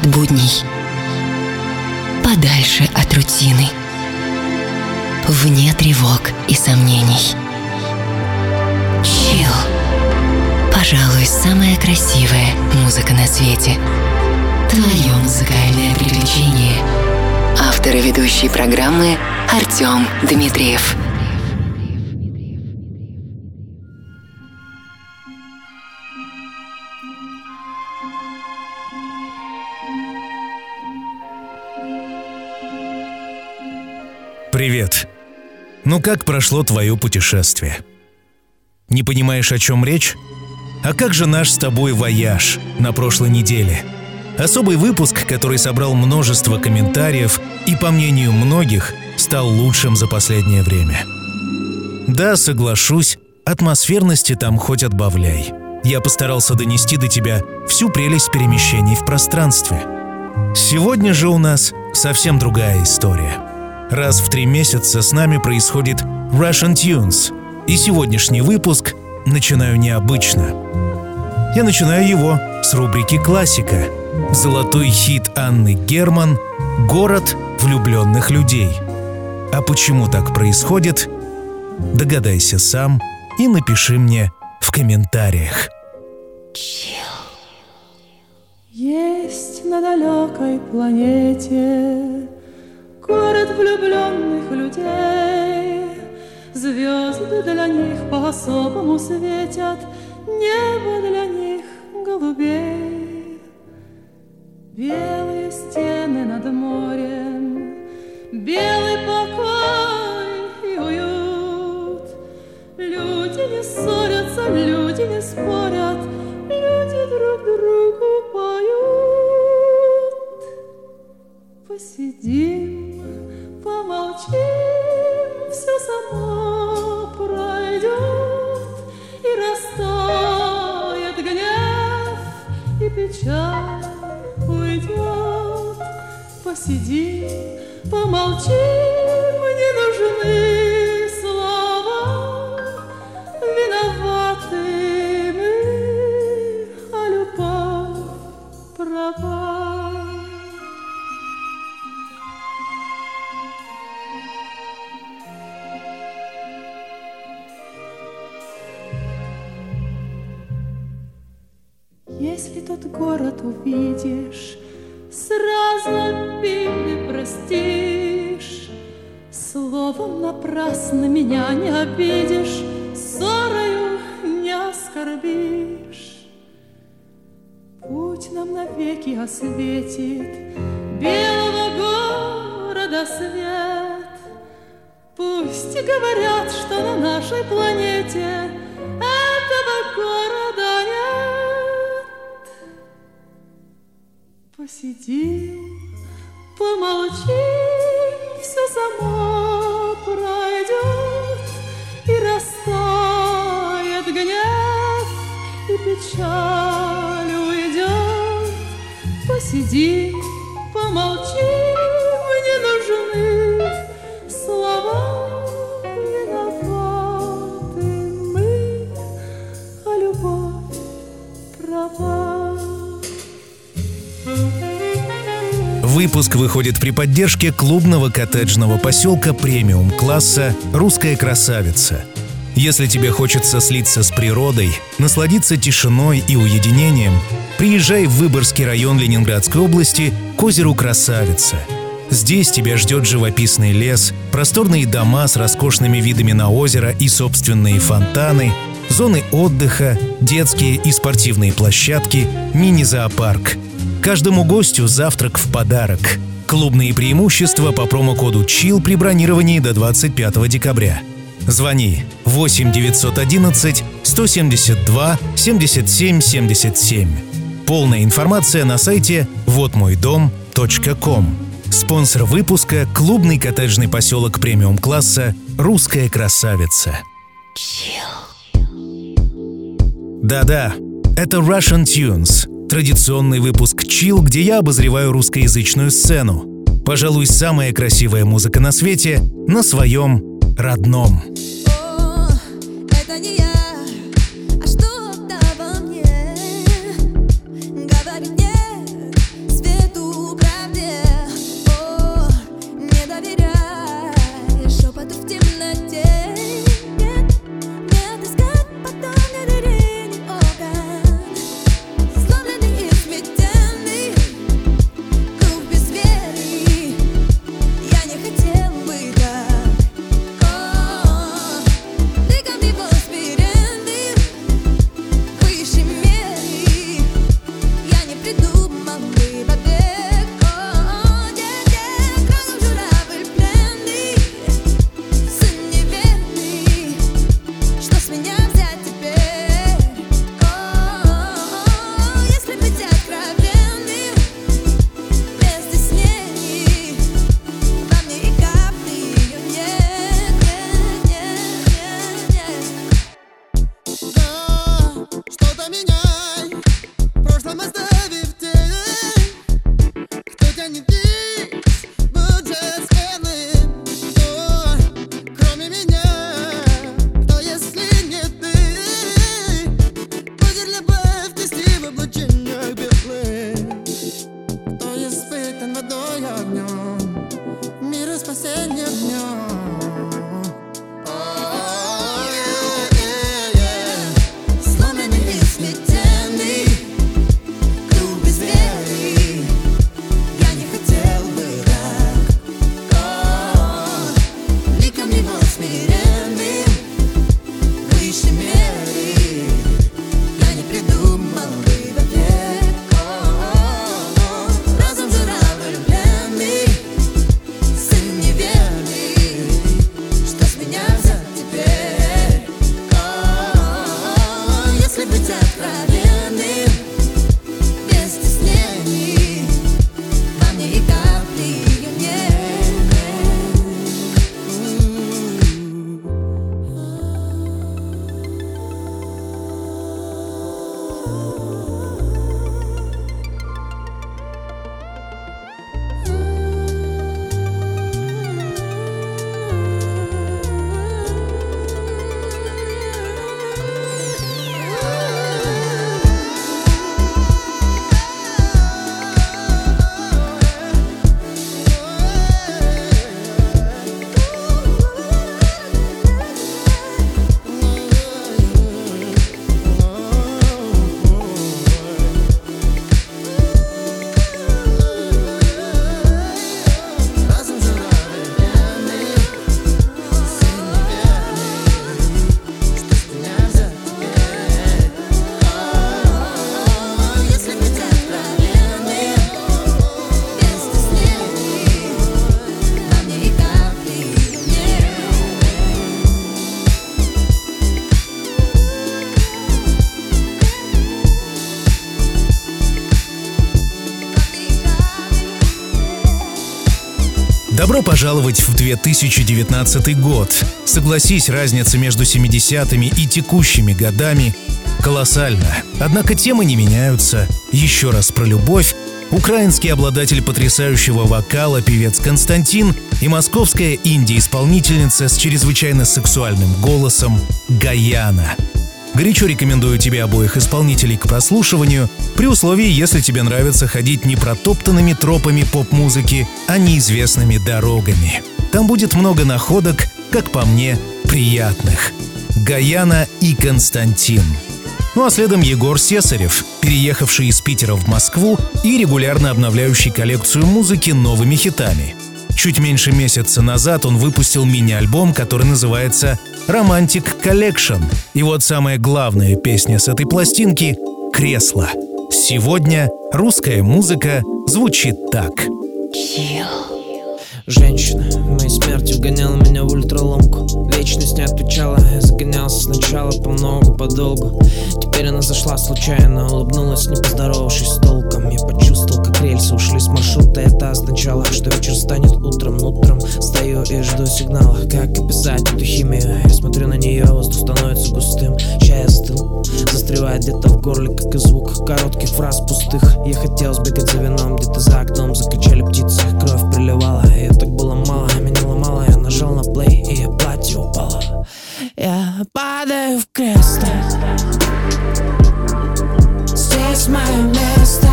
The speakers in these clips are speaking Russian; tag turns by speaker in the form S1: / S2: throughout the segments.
S1: от будней, подальше от рутины, вне тревог и сомнений. Чилл. Пожалуй, самая красивая музыка на свете. Твое музыкальное приключение. Автор и ведущий программы Артем Дмитриев.
S2: Привет. Ну как прошло твое путешествие? Не понимаешь, о чем речь? А как же наш с тобой вояж на прошлой неделе? Особый выпуск, который собрал множество комментариев и, по мнению многих, стал лучшим за последнее время. Да, соглашусь, атмосферности там хоть отбавляй. Я постарался донести до тебя всю прелесть перемещений в пространстве. Сегодня же у нас совсем другая история. Раз в 3 месяца с нами происходит Russian Tunes, и сегодняшний выпуск начинаю необычно. Я начинаю его с рубрики «Классика». Золотой хит Анны Герман «Город влюбленных людей». А почему так происходит? Догадайся сам и напиши мне в комментариях.
S3: Есть на далекой планете город влюбленных людей. Звезды для них по-особому светят, небо для них голубей. Белые стены над морем, белый покой и уют. Люди не ссорятся, люди не спорят, люди друг другу поют. Посидим, помолчим, все само пройдет, и растает гнев, и печаль уйдет. Посидим, помолчим, не нужны слова, виноваты мы, а любовь права. Если тот город увидишь, сразу обиды простишь. Словом напрасно меня не обидишь, ссорою не оскорбишь. Путь нам навеки осветит белого города свет. Пусть говорят, что на нашей планете этого города нет. Посидим, помолчим, все само пройдет, и растает гнев, и печаль уйдет. Посидим, помолчим, не нужны слова, виноваты мы, а любовь права.
S2: Выпуск выходит при поддержке клубного коттеджного поселка премиум-класса «Русская красавица». Если тебе хочется слиться с природой, насладиться тишиной и уединением, приезжай в Выборгский район Ленинградской области к озеру Красавица. Здесь тебя ждет живописный лес, просторные дома с роскошными видами на озеро и собственные фонтаны, зоны отдыха, детские и спортивные площадки, мини-зоопарк. Каждому гостю завтрак в подарок. Клубные преимущества по промокоду CHILL при бронировании до 25 декабря. Звони 8 911 172 77 77. Полная информация на сайте whatmoydom.com. Спонсор выпуска – клубный коттеджный поселок премиум-класса «Русская красавица». Да-да, это Russian Tunes. Традиционный выпуск Chill, где я обозреваю русскоязычную сцену. Пожалуй, самая красивая музыка на свете на своем родном.
S4: О, это не я, а что-то во мне говорит нет, свету
S5: поменяй, в прошлом оставив тень. Кто тянет вниз, будь же смелым. Кто, кроме меня, кто, если не ты? Будет любовь нести в облачениях белых. Кто испытан водой и огнем, мира спасения в нем.
S2: Добро пожаловать в 2019 год. Согласись, разница между 70-ми и текущими годами колоссальна. Однако темы не меняются. Еще раз про любовь. Украинский обладатель потрясающего вокала певец Константин и московская инди-исполнительница с чрезвычайно сексуальным голосом Гаяна. Горячо рекомендую тебе обоих исполнителей к прослушиванию, при условии, если тебе нравится ходить не протоптанными тропами поп-музыки, а неизвестными дорогами. Там будет много находок, как по мне, приятных. Гаяна и Константин. Ну а следом Егор Сесарев, переехавший из Питера в Москву и регулярно обновляющий коллекцию музыки новыми хитами. Чуть меньше месяца назад он выпустил мини-альбом, который называется «Romantic Collection». И вот самая главная песня с этой пластинки — «Кресло». Сегодня русская музыка звучит так.
S6: Женщина моей смертью гоняла меня в ультраломку. Вечность не отвечала, я загонялся сначала помногу, подолгу. Теперь она зашла случайно, улыбнулась, не поздоровавшись с толком. Я почувствовал, как рельсы ушли с маршрута. Это означало, что вечер станет утром. Утром стою и жду сигнала. Как описать эту химию? Я смотрю на нее, воздух становится густым. Чай остыл, застревает где-то в горле, как и звук коротких фраз пустых. Я хотел сбегать за вином, где-то за окном закричали птицы, кровь приливала. И так было мало, меня ломало, я нажал на плей, и платье упало. Я падаю в кресло. Здесь мое место.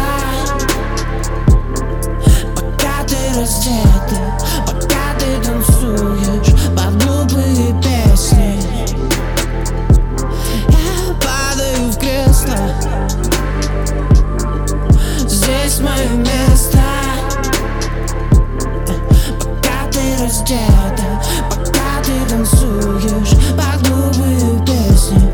S6: Пока ты раздета, пока ты танцуешь под глупые песни. Я падаю в кресло. Здесь мое место. Раздета, пока ты танцуешь под глупые песни.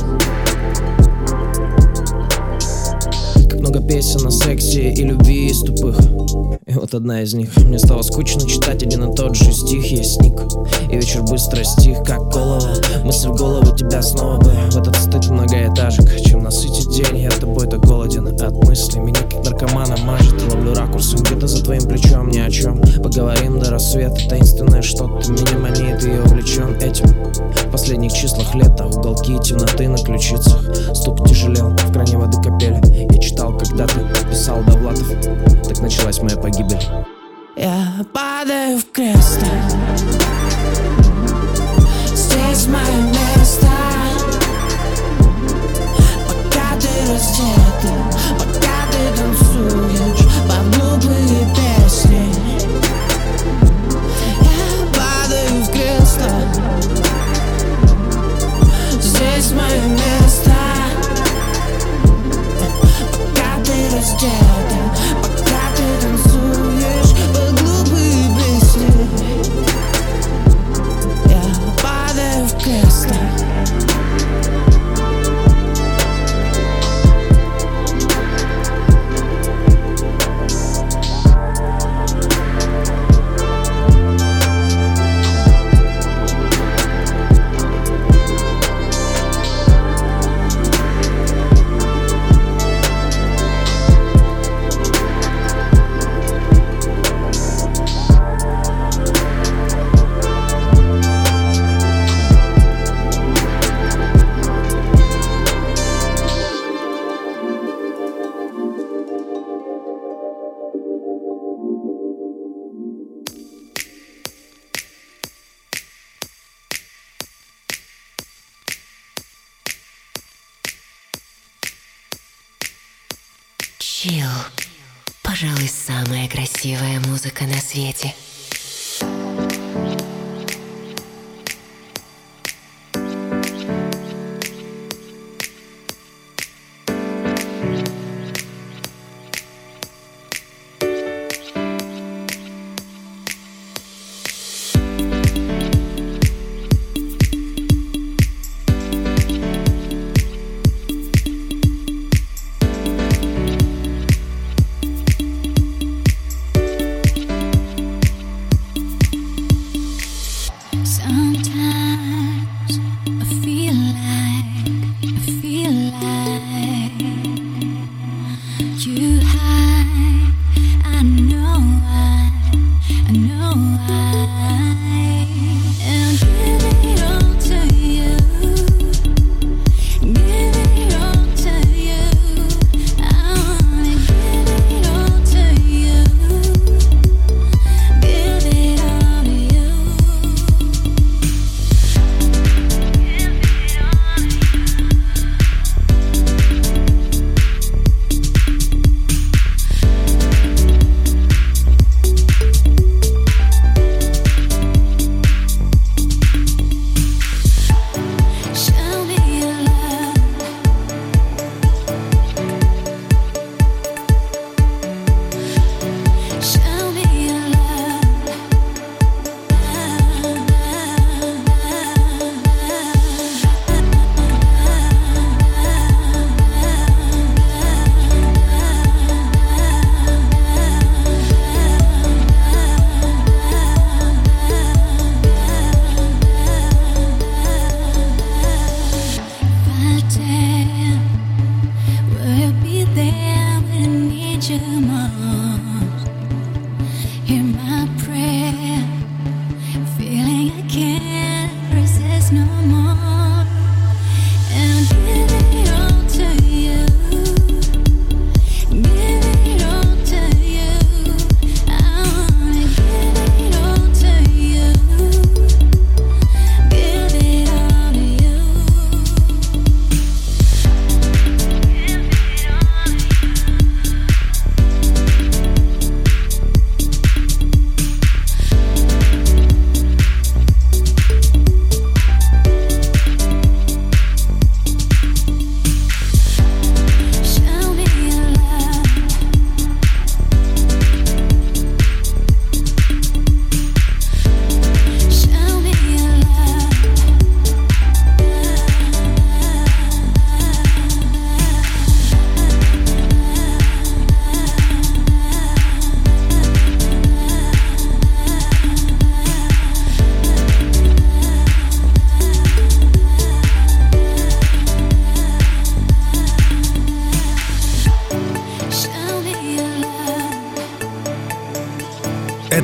S6: Как много песен о сексе и любви из тупых. И вот одна из них. Мне стало скучно читать один и тот же стих. Я сник, и вечер быстро стих, как колово. Мысль в голову тебя снова бы в этот стыд многоэтажек. Чем насытить день, я тобой так голоден от мыслей. Меня как наркомана мажет, ловлю ракурсом где-то за твоим плечом, ни о чем. Поговорим до рассвета, таинственное что-то меня манит, и я увлечен этим. В последних числах лета уголки темноты на ключицах. Стук тяжелел, в кране воды капели. Я читал когда-то, писал Довлатов. Так началась моя погибель. Я падаю в кресло. Здесь мое место. Пока ты раздета, пока ты танцуешь под глупые песни. Я падаю в кресло. Здесь мое место. Пока ты раздета, пока ты танцуешь под глупые песни. Я падаю в кресло.
S1: Чилл. Пожалуй, самая красивая музыка на свете.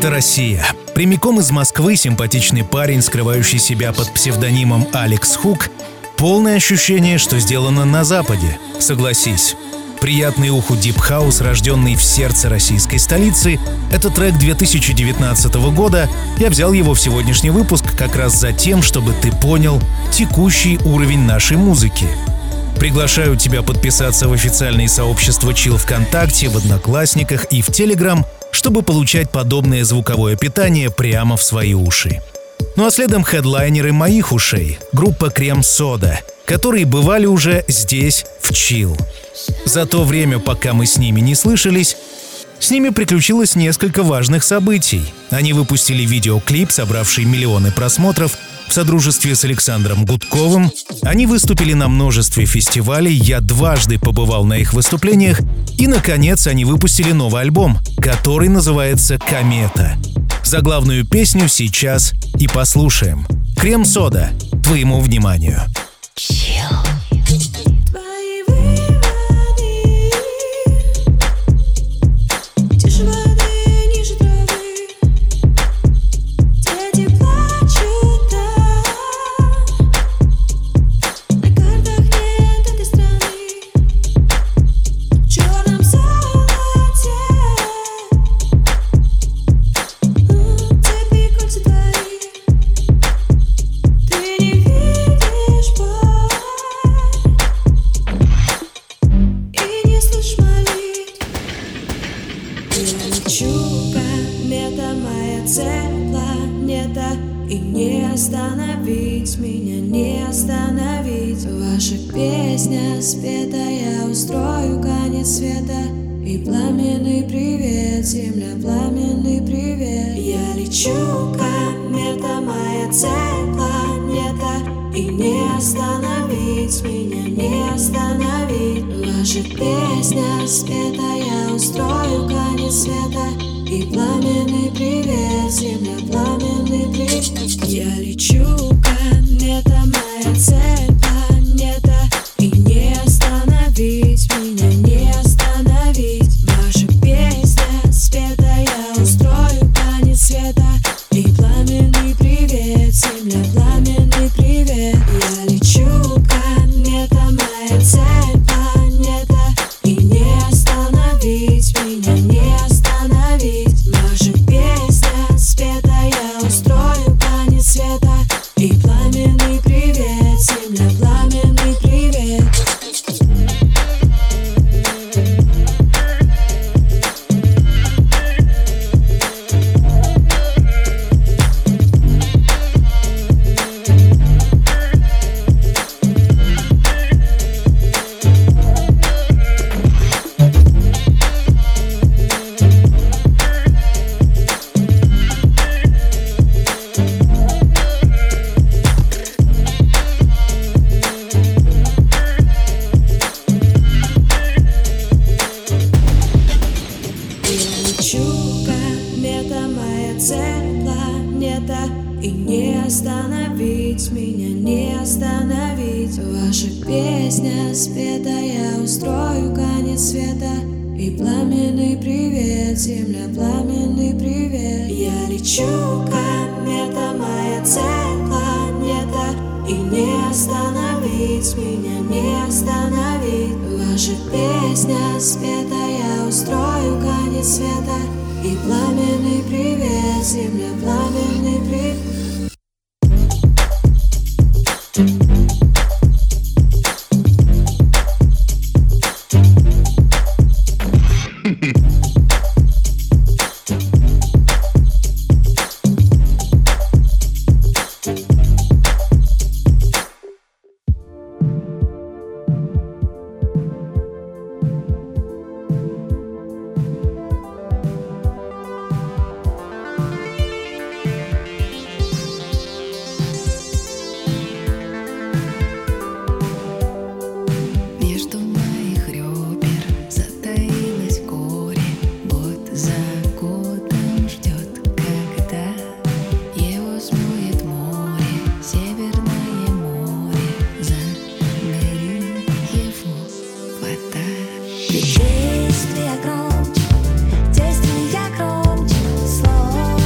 S2: Это Россия. Прямиком из Москвы симпатичный парень, скрывающий себя под псевдонимом Алекс Хук. Полное ощущение, что сделано на Западе. Согласись. Приятный уху дип-хаус, рожденный в сердце российской столицы. Это трек 2019 года. Я взял его в сегодняшний выпуск как раз за тем, чтобы ты понял текущий уровень нашей музыки. Приглашаю тебя подписаться в официальные сообщества Chill ВКонтакте, в Одноклассниках и в Telegram, чтобы получать подобное звуковое питание прямо в свои уши. Ну а следом хедлайнеры моих ушей — группа Крем Сода, которые бывали уже здесь, в Chill. За то время, пока мы с ними не слышались, с ними приключилось несколько важных событий. Они выпустили видеоклип, собравший миллионы просмотров, в содружестве с Александром Гудковым. Они выступили на множестве фестивалей, я дважды побывал на их выступлениях. И, наконец, они выпустили новый альбом, который называется «Комета». Заглавную песню сейчас и послушаем. Крем Сода, твоему вниманию.
S7: Действия громче, действия громче слов.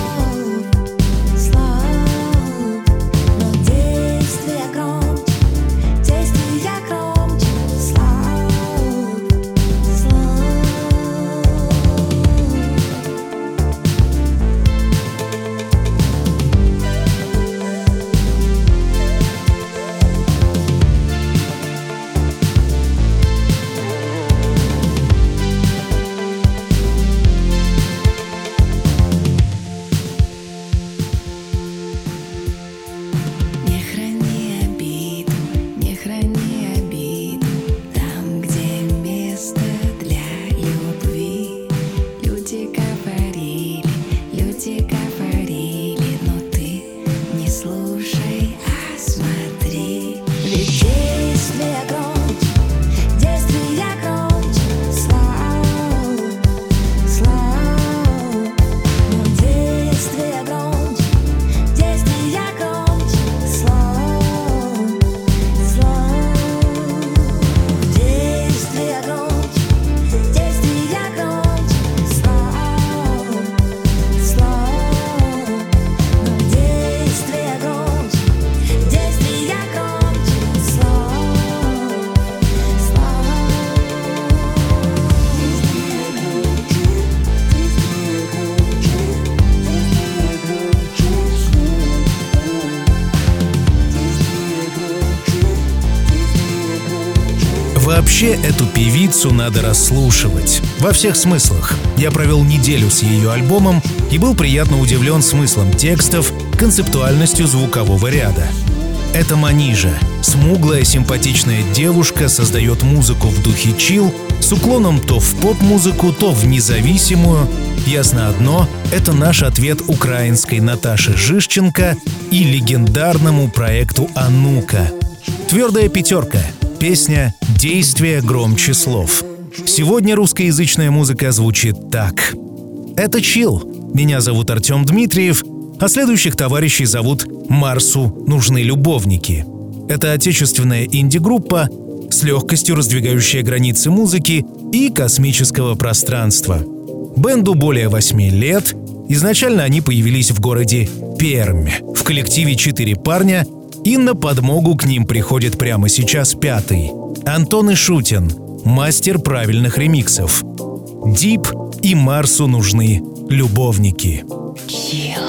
S2: Вообще, эту певицу надо расслушивать. Во всех смыслах. Я провел неделю с ее альбомом и был приятно удивлен смыслом текстов, концептуальностью звукового ряда. Это Манижа. Смуглая, симпатичная девушка создает музыку в духе чилл, с уклоном то в поп-музыку, то в независимую. Ясно одно — это наш ответ украинской Наташе Жишченко и легендарному проекту «Анука». Твердая пятерка. Песня «Действие громче слов». Сегодня русскоязычная музыка звучит так. Это чилл. Меня зовут Артем Дмитриев, а следующих товарищей зовут «Марсу нужны любовники». Это отечественная инди-группа с легкостью раздвигающая границы музыки и космического пространства. Бенду более 8 лет. Изначально они появились в городе Пермь. В коллективе 4 парня, и на подмогу к ним приходит прямо сейчас 5-й. Антон Ишутин, мастер правильных ремиксов. Дип и Марсу нужны любовники.
S1: Chill.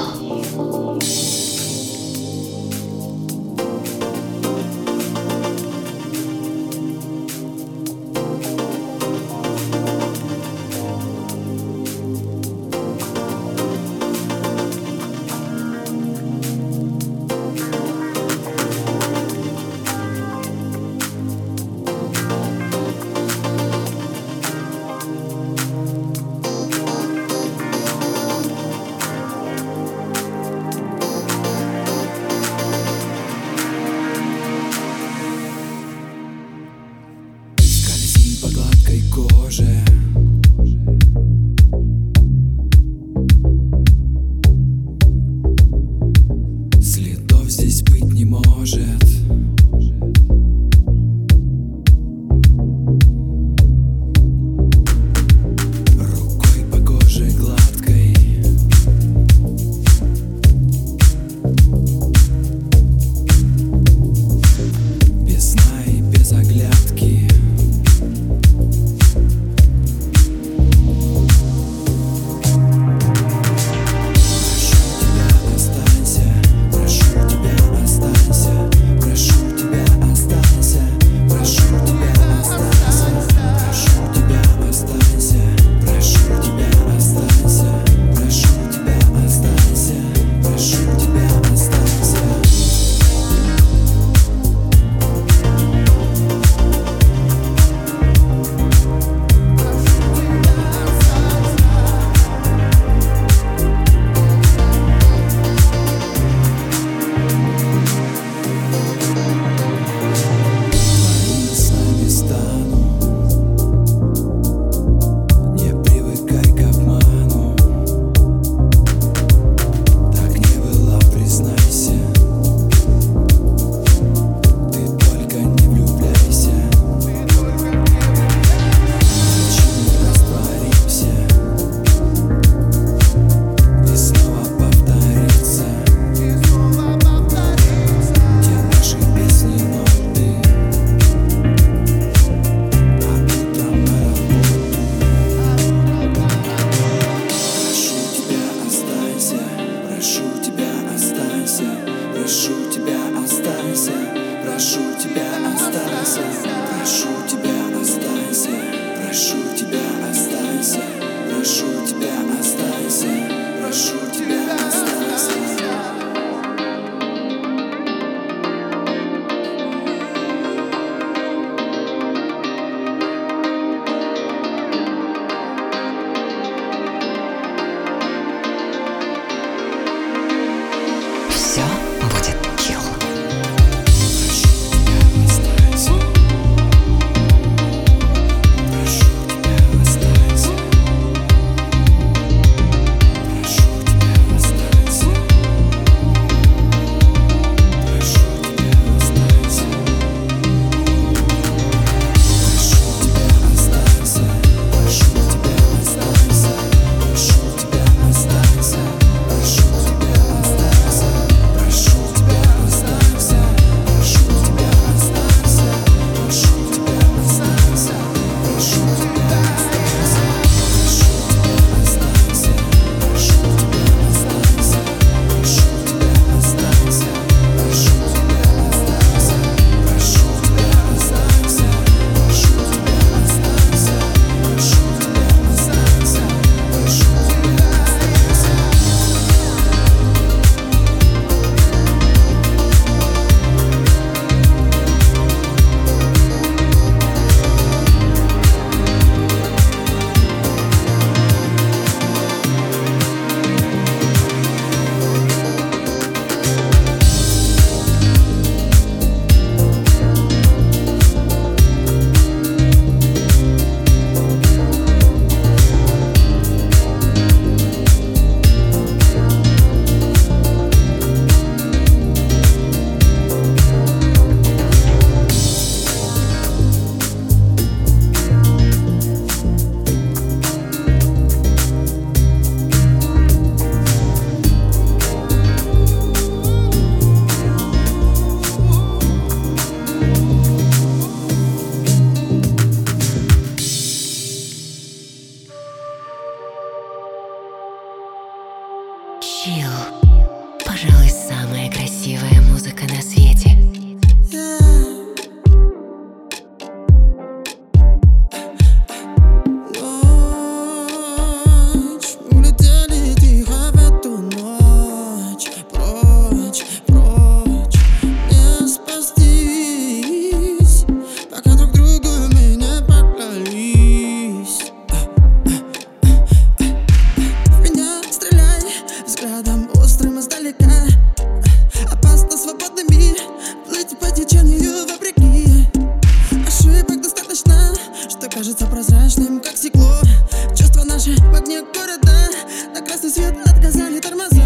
S5: кажется прозрачным, как стекло. Чувства наши в огне города, на красный свет отказали тормоза.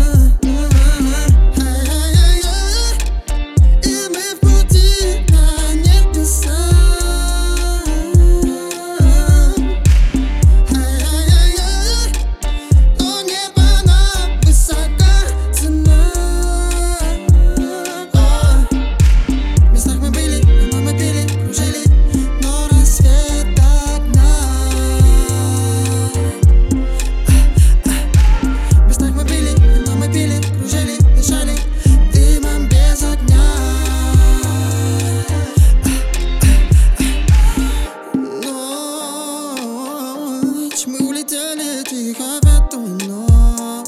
S5: И мы в пути на небеса. Но небо нам высока цена. В местах мы были, но мы пили, кружили, но рассвет одна. В местах мы были, но мы пили, кружили, дышали дымом без огня. Ночь, мы улетели тихо в эту ночь.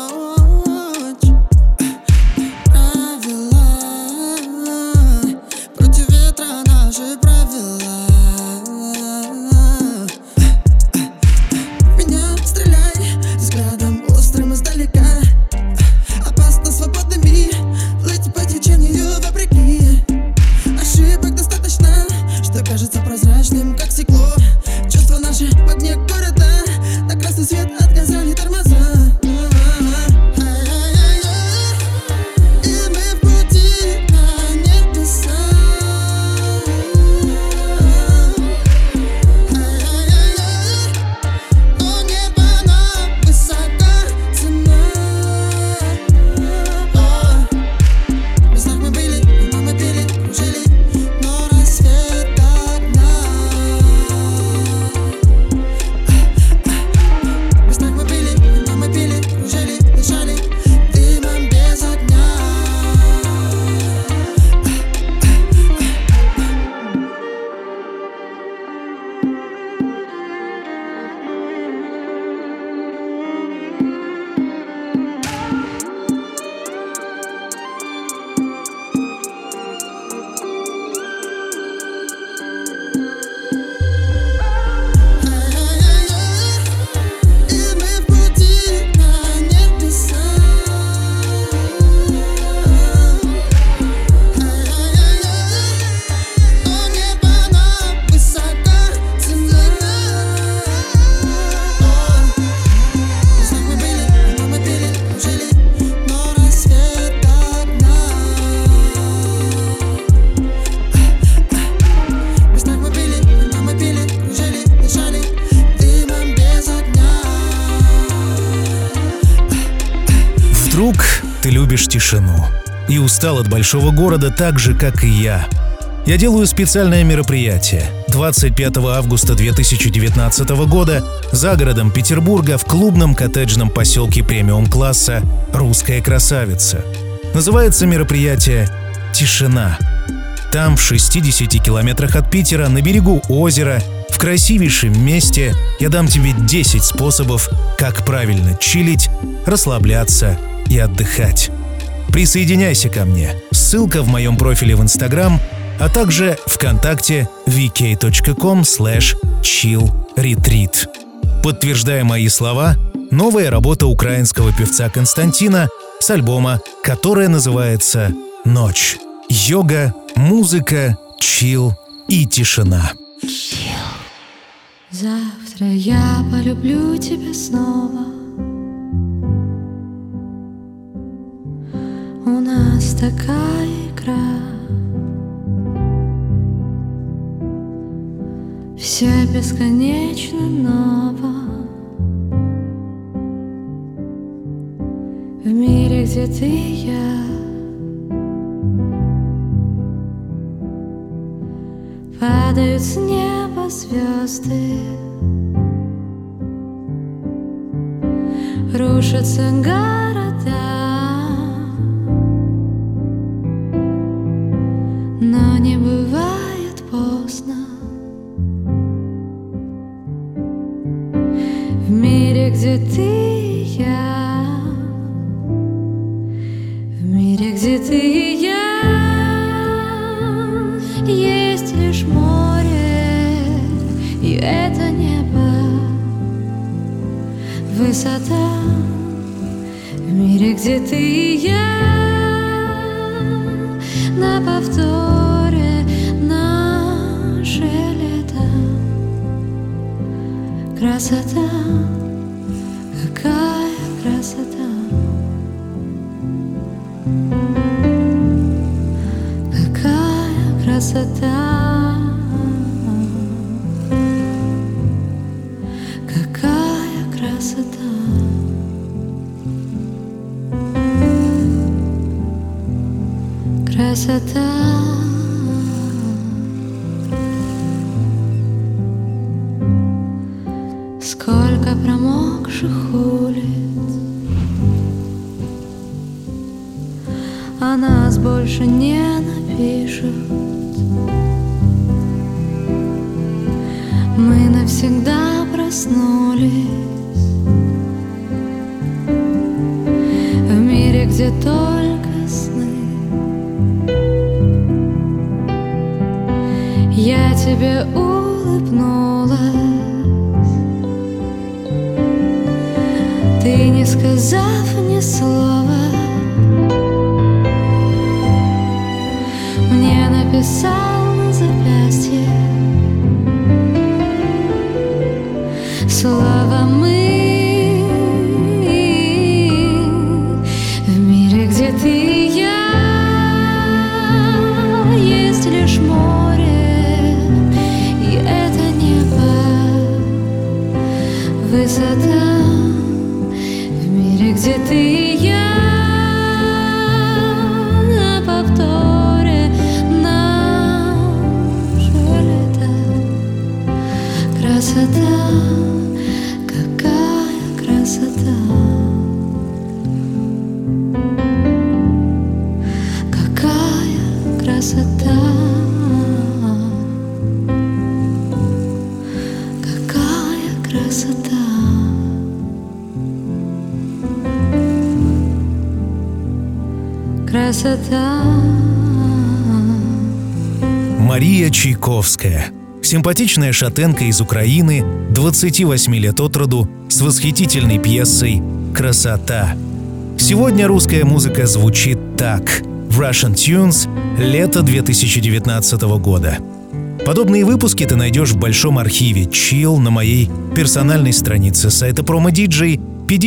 S5: Правила против ветра, наши правила. Меня стреляй взглядом острым издалека. Опасно свободными плыть по течению вопреки. Ошибок достаточно, что кажется прозрачным, как стекло. Чувства наши в огне города, на красный свет отказали тормоза. И мы в пути на небеса. Но небо нам высока цена. В местах мы были, но мы пили, кружили, но рассвет одна. В местах мы были, но мы пили, кружили, дышали дымом без огня. И мы в пути на небеса. Но небо нам высока цена. В местах мы были, но мы пили, кружили, но рассвет одна. В местах мы были, но мы пили, кружили, дышали дымом без огня.
S2: Вдруг ты любишь тишину и устал от большого города так же, как и я. Я делаю специальное мероприятие 25 августа 2019 года за городом Петербурга в клубном коттеджном поселке премиум-класса «Русская красавица». Называется мероприятие «Тишина». Там, в 60 километрах от Питера, на берегу озера, в красивейшем месте, я дам тебе 10 способов, как правильно чилить, расслабляться и отдыхать. Присоединяйся ко мне. Ссылка в моем профиле в Instagram, а также ВКонтакте vk.com/chillretreat. Подтверждая мои слова, новая работа украинского певца Константина с альбома, которая называется «Ночь». Йога, музыка, чилл и тишина.
S3: Завтра я полюблю тебя снова. У нас такая игра. Все бесконечно ново. В мире, где ты и я. Падают с неба звезды, рушатся города, но не бывает поздно. В мире, где ты и я, в мире, где ты и я, есть лишь море, и это небо, высота. В мире, где ты и я, на повторе наше лето. Красота, какая красота, какая красота, какая красота. Красота. Сколько промокших улиц, а нас больше не напишут. Мы навсегда проснулись в мире, где только сны. Я тебе улыбнулась, ты, не сказав ни слова, мне написал на запястье слова «мы». В мире, где ты и я, есть лишь море, и это небо, высота. Где ты и я, на повторе наше лето. Красота, какая красота, какая красота, какая красота. Красота.
S2: Мария Чайковская. Симпатичная шатенка из Украины, 28 лет от роду, с восхитительной пьесой «Красота». Сегодня русская музыка звучит так. В Russian Tunes, лето 2019 года. Подобные выпуски ты найдешь в большом архиве Chill на моей персональной странице сайта PromoDJ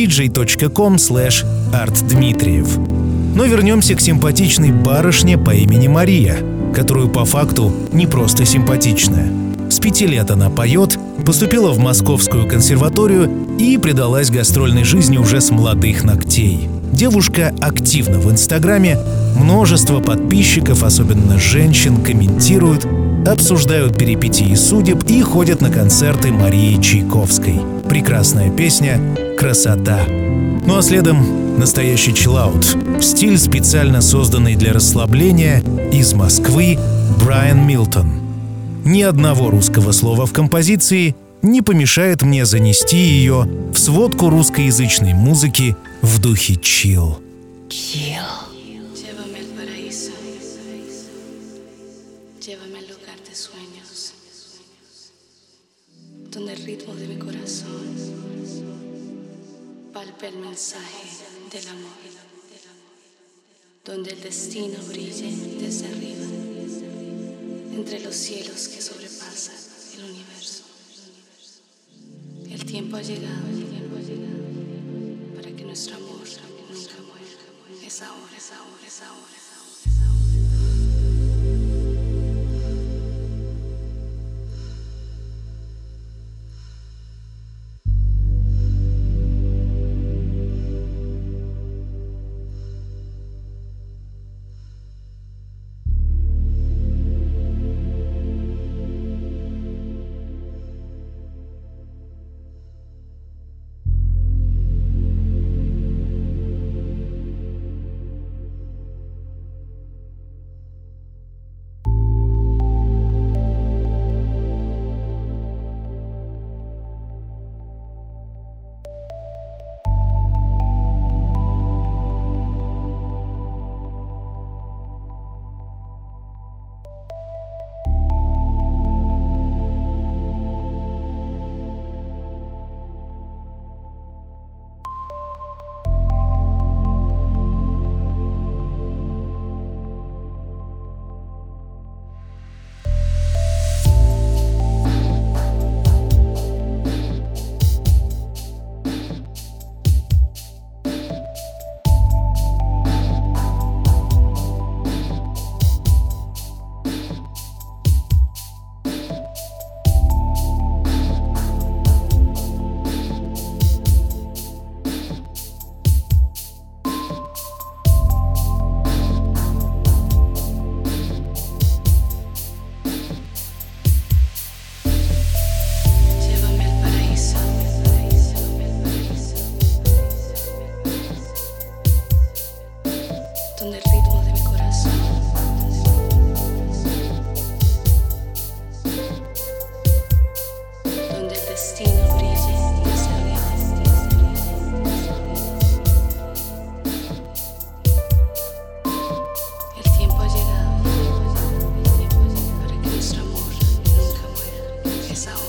S2: pdj.com/artdmitriev. Но вернемся к симпатичной барышне по имени Мария, которую по факту не просто симпатичная. С 5 лет она поет, поступила в Московскую консерваторию и предалась гастрольной жизни уже с молодых ногтей. Девушка активна в Инстаграме, множество подписчиков, особенно женщин, комментируют, обсуждают перипетии судеб и ходят на концерты Марии Чайковской. Прекрасная песня «Красота». Ну а следом настоящий чиллаут, стиль, специально созданный для расслабления, из Москвы Брайан Милтон. Ни одного русского слова в композиции не помешает мне занести ее в сводку русскоязычной музыки в духе чилл.
S7: Llévame al paraíso, llévame al lugar de sueños, donde el ritmo de mi corazón palpe el mensaje del amor, donde el destino brille desde arriba, entre los cielos que sobrepasan el universo. El tiempo ha llegado para que nuestro amor nunca muera. Es ahora, es ahora, es ahora, es ahora, es ahora. destino brille desde arriba. El tiempo ha llegado para que nuestro amor nunca muera. Es ahora.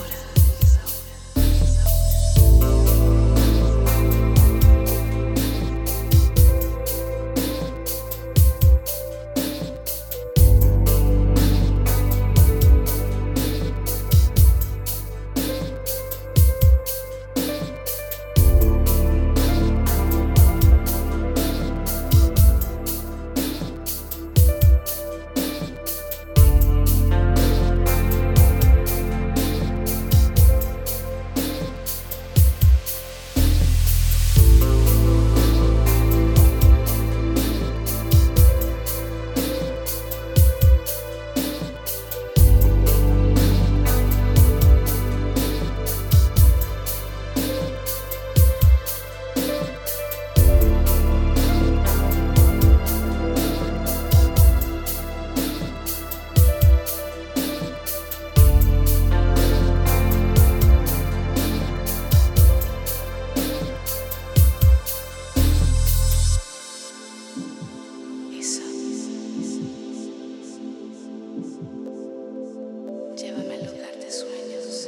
S7: Llévame al lugar de sueños.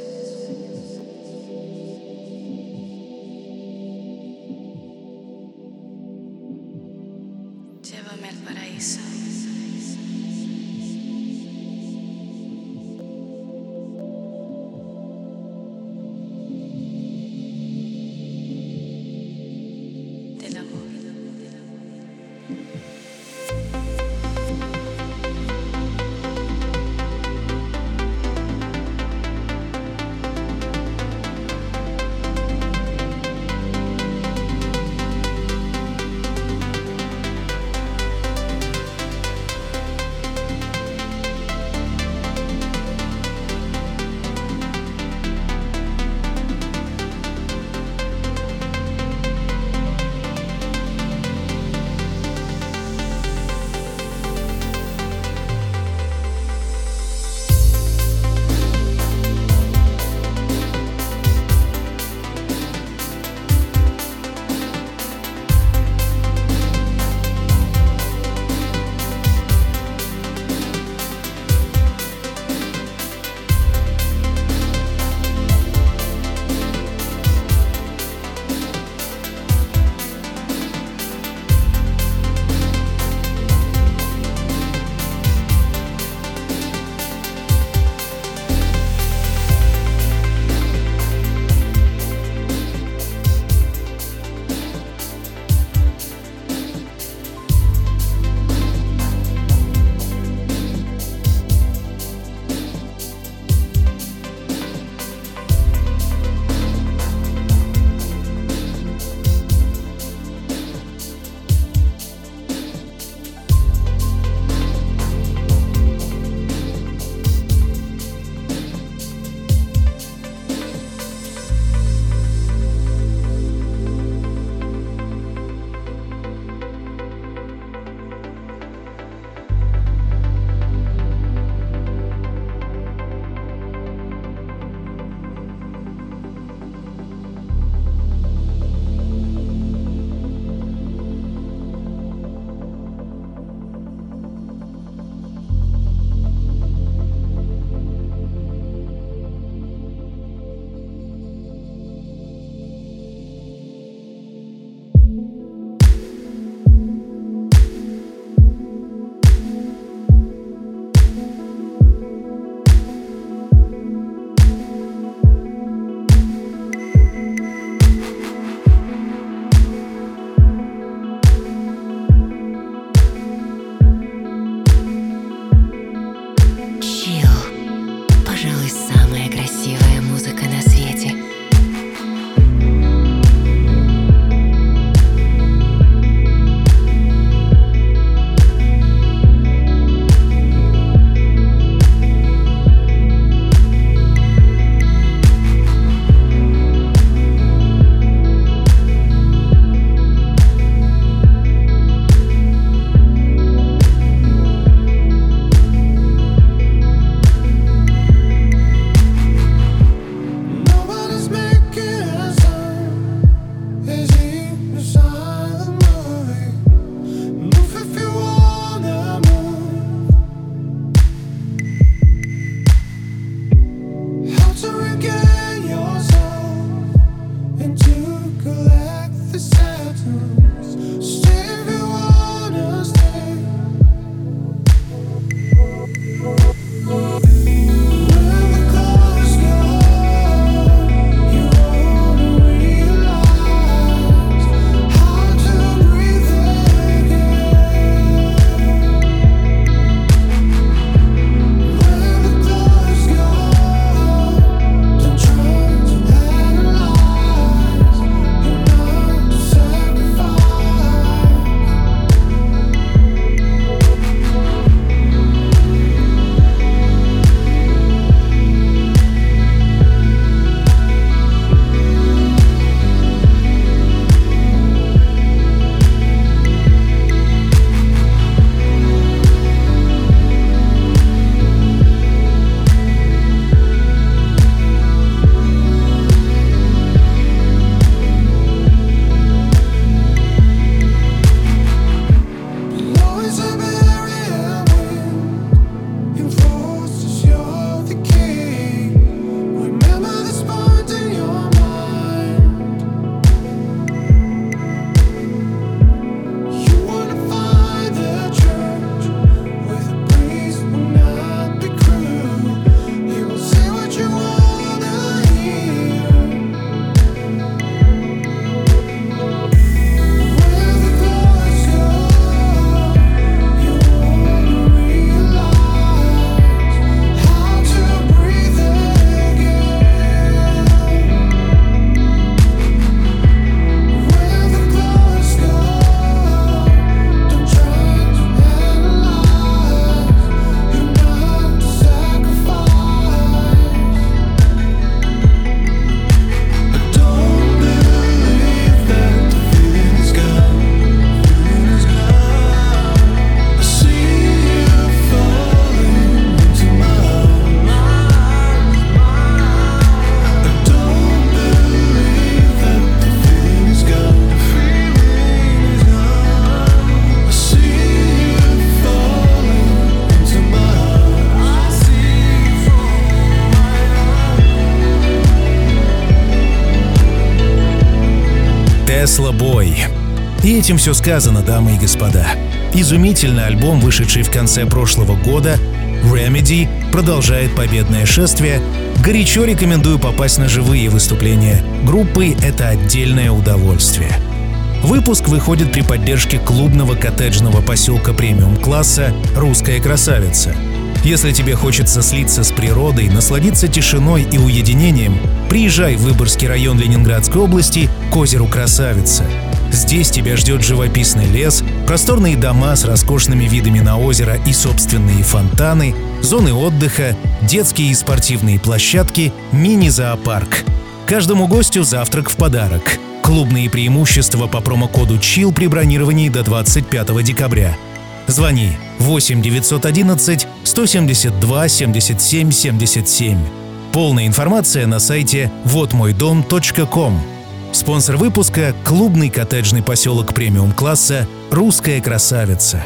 S7: Llévame al paraíso. Del amor.
S2: Тесла Бой. И этим все сказано, дамы и господа. Изумительный альбом, вышедший в конце прошлого года, Remedy, продолжает победное шествие. Горячо рекомендую попасть на живые выступления группы, это отдельное удовольствие. Выпуск выходит при поддержке клубного коттеджного поселка премиум-класса «Русская красавица». Если тебе хочется слиться с природой, насладиться тишиной и уединением, приезжай в Выборгский район Ленинградской области к озеру Красавица. Здесь тебя ждет живописный лес, просторные дома с роскошными видами на озеро и собственные фонтаны, зоны отдыха, детские и спортивные площадки, мини-зоопарк. Каждому гостю завтрак в подарок. Клубные преимущества по промокоду CHILL при бронировании до 25 декабря. Звони 8 911 172 77 77. Полная информация на сайте whatmoydom.com. Спонсор выпуска — клубный коттеджный поселок премиум-класса «Русская красавица».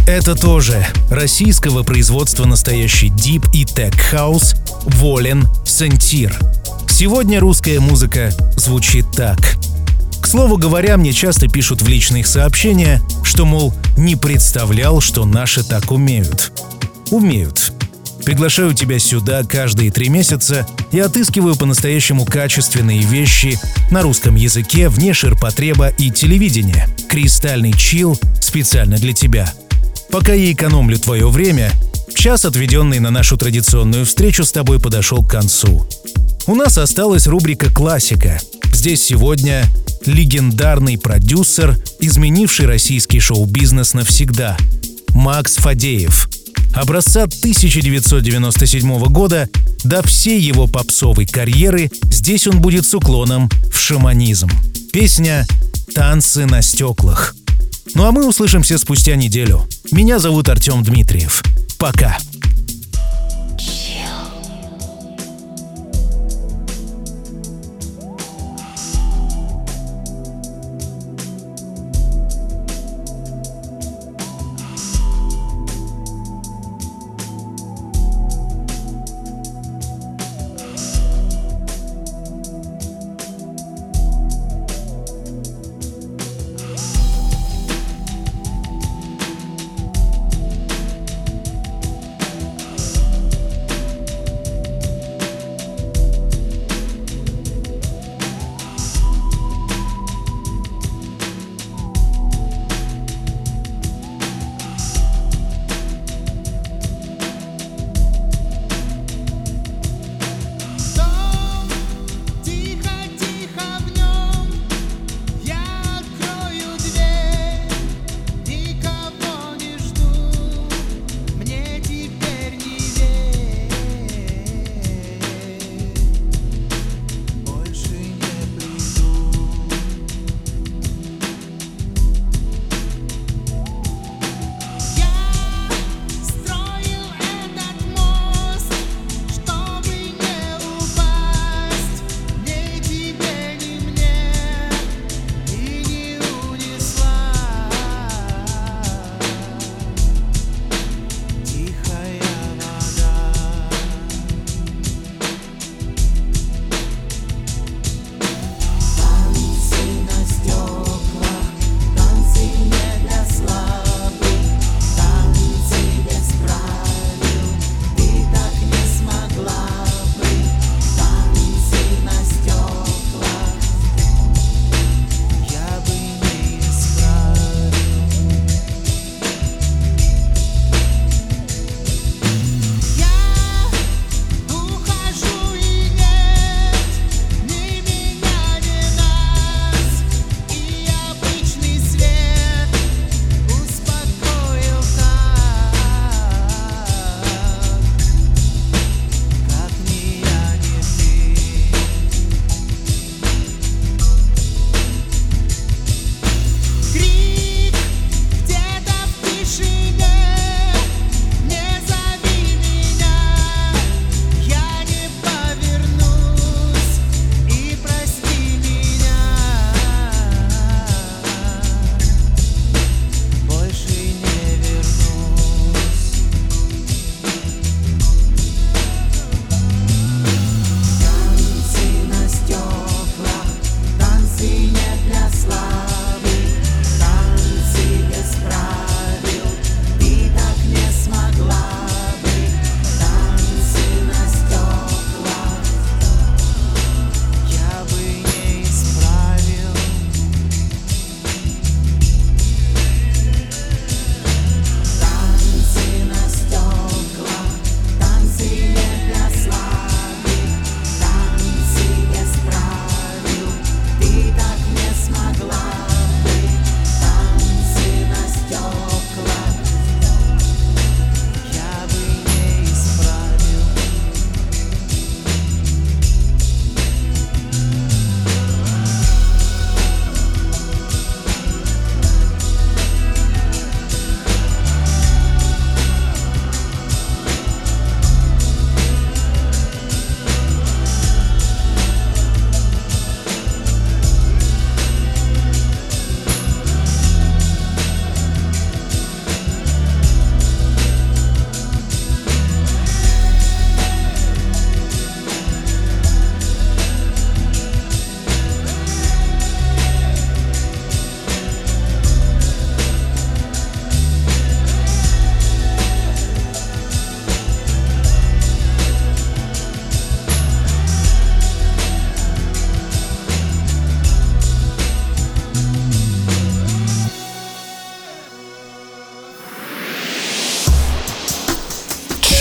S2: Это тоже российского производства настоящий дип и тек-хаус Волен Сентир. Сегодня русская музыка звучит так. К слову говоря, мне часто пишут в личных сообщениях, что, мол, не представлял, что наши так умеют. Умеют. Приглашаю тебя сюда каждые 3 месяца и отыскиваю по-настоящему качественные вещи на русском языке вне ширпотреба и телевидения. Кристальный чил специально для тебя. Пока я экономлю твое время, час, отведенный на нашу традиционную встречу, с тобой подошел к концу. У нас осталась рубрика «Классика». Здесь сегодня легендарный продюсер, изменивший российский шоу-бизнес навсегда, Макс Фадеев. Образца 1997 года до всей его попсовой карьеры здесь он будет с уклоном в шаманизм. Песня «Танцы на стеклах». Ну а мы услышимся спустя неделю. Меня зовут Артем Дмитриев. Пока.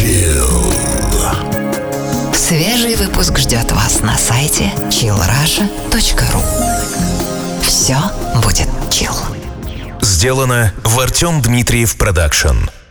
S8: Chill.
S1: Свежий выпуск ждет вас на сайте chillrusha.ru. Все будет chill.
S2: Сделано в Артем Дмитриев Продакшн.